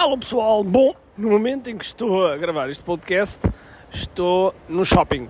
Alô pessoal, bom, no momento em que estou a gravar este podcast, estou no shopping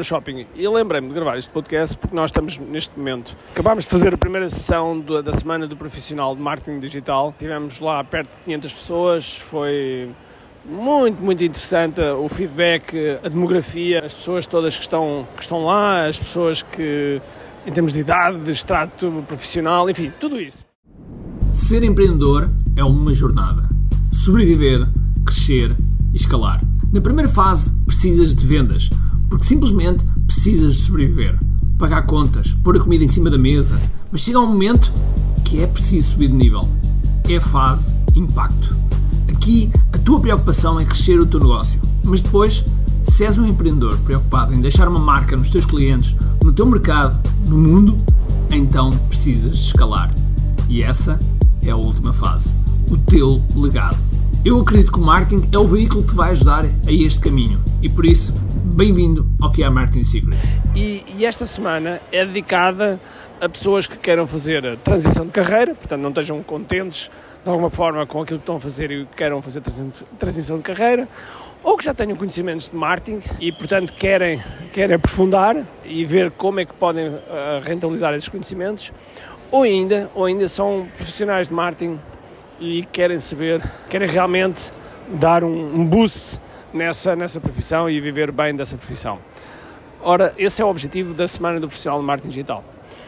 e lembrei-me de gravar este podcast porque nós estamos neste momento, acabámos de fazer a primeira sessão da semana do profissional de marketing digital, tivemos lá perto de 500 pessoas, foi muito interessante o feedback, a demografia, as pessoas todas que estão lá, as pessoas que em termos de idade, de extrato profissional, enfim, tudo isso. Ser empreendedor é uma jornada. Sobreviver, crescer e escalar. Na primeira fase precisas de vendas, porque simplesmente precisas de sobreviver. Pagar contas, pôr a comida em cima da mesa, mas chega um momento que é preciso subir de nível. É a fase impacto. Aqui a tua preocupação é crescer o teu negócio, mas depois, se és um empreendedor preocupado em deixar uma marca nos teus clientes, no teu mercado, no mundo, então precisas de escalar. E essa é a última fase, o teu legado. Eu acredito que o marketing é o veículo que te vai ajudar a este caminho e por isso, bem-vindo ao que é a Marketing Secrets. E esta semana é dedicada a pessoas que queiram fazer a transição de carreira, portanto não estejam contentes de alguma forma com aquilo que estão a fazer e queiram fazer transição de carreira, ou que já tenham conhecimentos de marketing e portanto querem aprofundar e ver como é que podem rentabilizar esses conhecimentos, ou ainda são profissionais de marketing e querem realmente dar um boost nessa profissão e viver bem dessa profissão. Ora, esse é o objetivo da Semana do Profissional de Marketing Digital.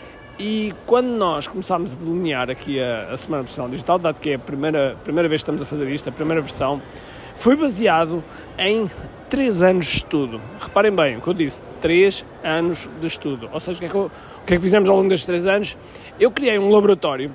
E quando nós começámos a delinear aqui a Semana do Profissional Digital, dado que é a primeira vez que estamos a fazer isto, a primeira versão, foi baseado em 3 anos de estudo. Reparem bem o que eu disse, 3 anos de estudo. Ou seja, o que é que fizemos ao longo destes 3 anos? Eu criei um laboratório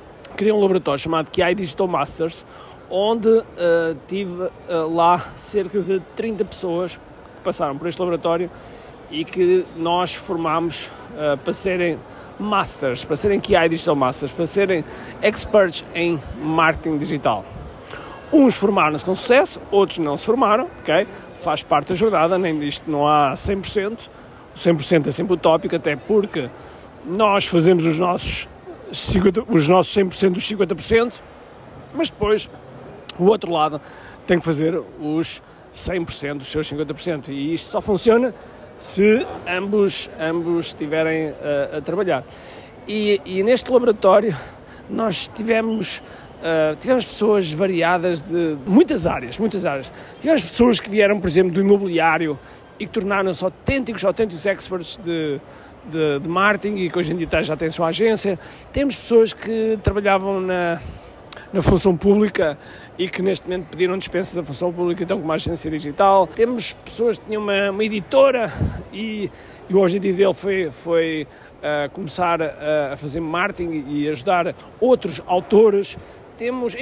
chamado QI Digital Masters, onde tive lá cerca de 30 pessoas que passaram por este laboratório e que nós formámos para serem Masters, para serem QI Digital Masters, para serem experts em marketing digital. Uns formaram-se com sucesso, outros não se formaram, ok? Faz parte da jornada, nem disto não há 100%. O 100% é sempre utópico, até porque nós fazemos os nossos 100% dos 50%, mas depois o outro lado tem que fazer os 100% dos seus 50%. E isto só funciona se ambos estiverem a trabalhar. E neste laboratório nós tivemos pessoas variadas de muitas áreas. Tivemos pessoas que vieram, por exemplo, do imobiliário e que tornaram-se autênticos experts de marketing e que hoje em dia já têm a sua agência. Temos pessoas que trabalhavam na função pública e que neste momento pediram dispensa da função pública, então com uma agência digital. Temos pessoas que tinham uma editora e o objetivo dele foi começar a fazer marketing e ajudar outros autores. Temos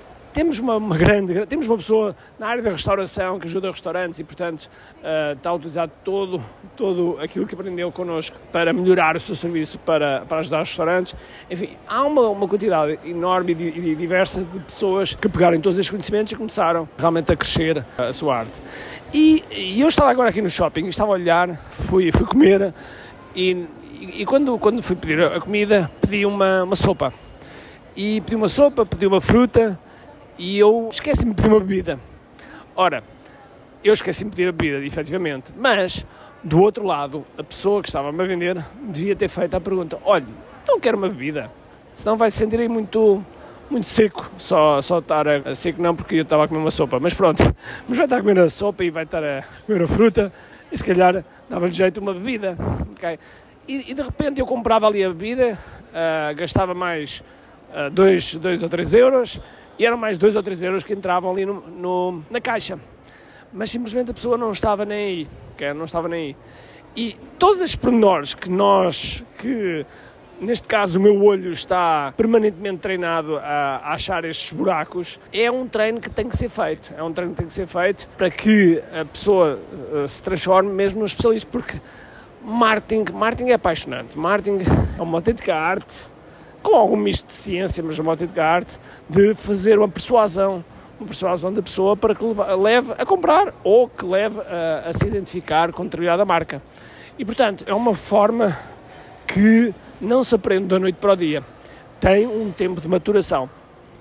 uma pessoa na área da restauração que ajuda restaurantes e, portanto, está a utilizar todo aquilo que aprendeu connosco para melhorar o seu serviço, para ajudar os restaurantes. Enfim, há uma quantidade enorme e diversa de pessoas que pegaram todos estes conhecimentos e começaram realmente a crescer a sua arte. E eu estava agora aqui no shopping, estava a olhar, fui comer e quando fui pedir a comida, pedi uma sopa. E pedi uma sopa, pedi uma fruta e eu esqueci-me de pedir uma bebida. Ora, eu esqueci-me de pedir a bebida, efetivamente, mas, do outro lado, a pessoa que estava-me a vender devia ter feito a pergunta: olha, não quero uma bebida, senão vai se sentir aí muito seco, só estar a seco não, porque eu estava a comer uma sopa, mas pronto, mas vai estar a comer a sopa e vai estar a comer a fruta e se calhar dava-lhe jeito uma bebida, ok? E de repente eu comprava ali a bebida, gastava mais 2 ou 3 euros e eram mais 2 ou 3 euros que entravam ali na caixa, mas simplesmente a pessoa não estava nem aí, okay? Não estava nem aí. E todos estes pormenores que neste caso o meu olho está permanentemente treinado a achar estes buracos, é um treino que tem que ser feito, para que a pessoa se transforme mesmo num especialista, porque marketing é apaixonante, marketing é uma autêntica arte, com algum misto de ciência, mas uma autêntica arte de fazer uma persuasão da pessoa para que leve a comprar ou que leve a se identificar com determinada marca. E, portanto, é uma forma que não se aprende da noite para o dia. Tem um tempo de maturação.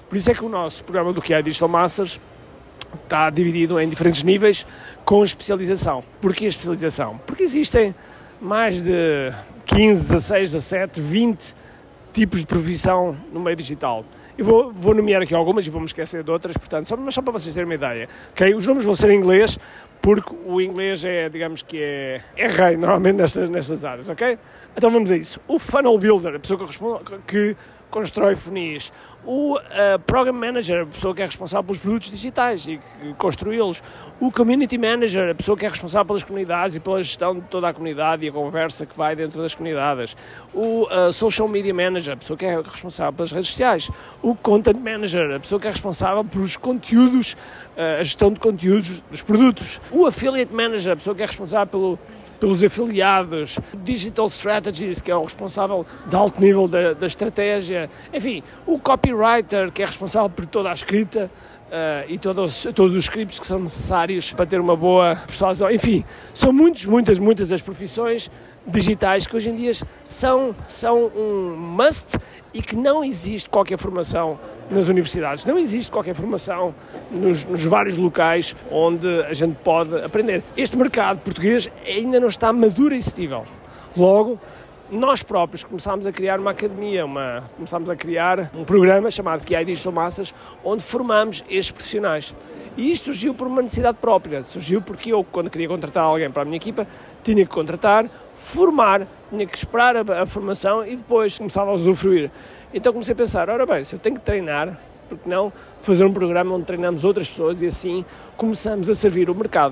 Por isso é que o nosso programa do QI Digital Masters está dividido em diferentes níveis com especialização. Porquê especialização? Porque existem mais de 15, 16, 17, 20 tipos de profissão no meio digital. Eu vou nomear aqui algumas e vou-me esquecer de outras, portanto, mas só para vocês terem uma ideia. Okay? Os nomes vão ser em inglês, porque o inglês digamos que é rei normalmente nestas áreas, ok? Então vamos a isso. O Funnel Builder, a pessoa que constrói funis. O Program Manager, a pessoa que é responsável pelos produtos digitais e construí-los. O Community Manager, a pessoa que é responsável pelas comunidades e pela gestão de toda a comunidade e a conversa que vai dentro das comunidades. O Social Media Manager, a pessoa que é responsável pelas redes sociais. O Content Manager, a pessoa que é responsável pelos conteúdos, a gestão de conteúdos dos produtos. O Affiliate Manager, a pessoa que é responsável pelos afiliados, Digital Strategies, que é o responsável de alto nível da estratégia, enfim, o Copywriter, que é responsável por toda a escrita e todos os scripts que são necessários para ter uma boa persuasão, enfim, são muitas das profissões digitais que hoje em dia são um must e que não existe qualquer formação nas universidades, não existe qualquer formação nos vários locais onde a gente pode aprender. Este mercado português ainda não está maduro e acessível. Logo, nós próprios começámos a criar uma academia, começámos a criar um programa chamado QI Digital Masters, onde formamos estes profissionais. E isto surgiu por uma necessidade própria, surgiu porque eu, quando queria contratar alguém para a minha equipa, tinha que contratar, formar, tinha que esperar a formação e depois começava a usufruir. Então comecei a pensar, ora bem, se eu tenho que treinar, por que não fazer um programa onde treinamos outras pessoas e assim começamos a servir o mercado.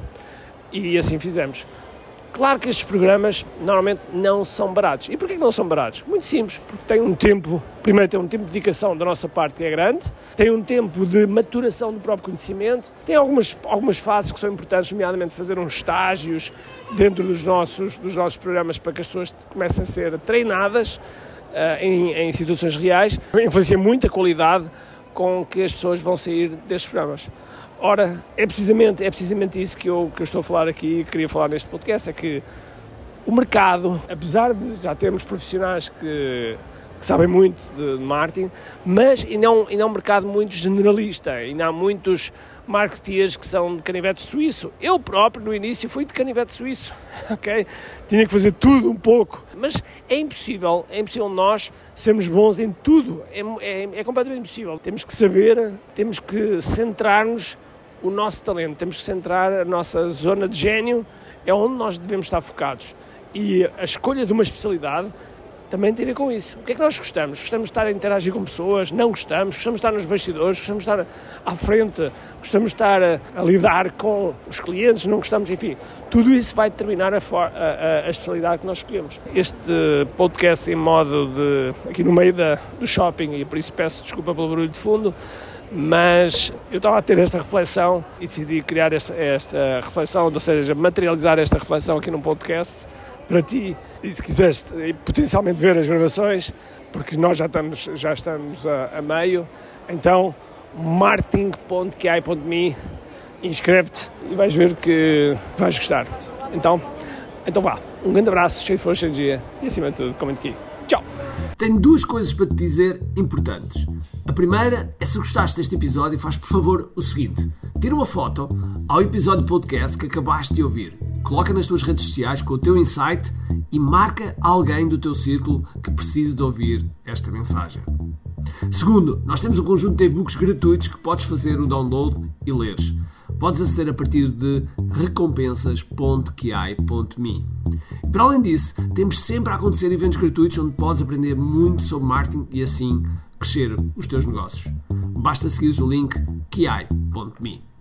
E assim fizemos. Claro que estes programas normalmente não são baratos. E porquê que não são baratos? Muito simples, porque tem um tempo de dedicação da nossa parte que é grande, tem um tempo de maturação do próprio conhecimento, tem algumas fases que são importantes, nomeadamente fazer uns estágios dentro dos nossos programas para que as pessoas comecem a ser treinadas em situações reais. Influencia muito a qualidade com que as pessoas vão sair destes programas. Ora, é precisamente isso que eu estou a falar aqui e queria falar neste podcast, é que o mercado, apesar de já termos profissionais que sabem muito de marketing, mas ainda é um mercado muito generalista, ainda há muitos marketeers que são de canivete suíço. Eu próprio, no início, fui de canivete suíço, ok? Tinha que fazer tudo um pouco, mas é impossível nós sermos bons em tudo, é completamente impossível. Temos que saber, temos que centrar-nos o nosso talento, temos que centrar a nossa zona de gênio, é onde nós devemos estar focados. E a escolha de uma especialidade também tem a ver com isso. O que é que nós gostamos? Gostamos de estar a interagir com pessoas? Não gostamos? Gostamos de estar nos bastidores? Gostamos de estar à frente? Gostamos de estar a lidar com os clientes? Não gostamos? Enfim, tudo isso vai determinar a especialidade que nós escolhemos. Este podcast em modo aqui no meio do shopping, e por isso peço desculpa pelo barulho de fundo, mas eu estava a ter esta reflexão e decidi criar esta reflexão, ou seja, materializar esta reflexão aqui num podcast para ti, e se quiseres potencialmente ver as gravações, porque nós já estamos a meio, então marketing.ki.me, inscreve-te e vais ver que vais gostar. Então vá, um grande abraço, cheio de força, cheio de energia e acima de tudo, comente aqui. Tchau! Tenho duas coisas para te dizer importantes. A primeira é, se gostaste deste episódio, faz por favor o seguinte: tira uma foto ao episódio podcast que acabaste de ouvir, coloca nas tuas redes sociais com o teu insight e marca alguém do teu círculo que precise de ouvir esta mensagem. Segundo, nós temos um conjunto de e-books gratuitos que podes fazer o download e leres. Podes aceder a partir de recompensas.ki.me. Para além disso, temos sempre a acontecer eventos gratuitos onde podes aprender muito sobre marketing e assim crescer os teus negócios. Basta seguir o link ki.me.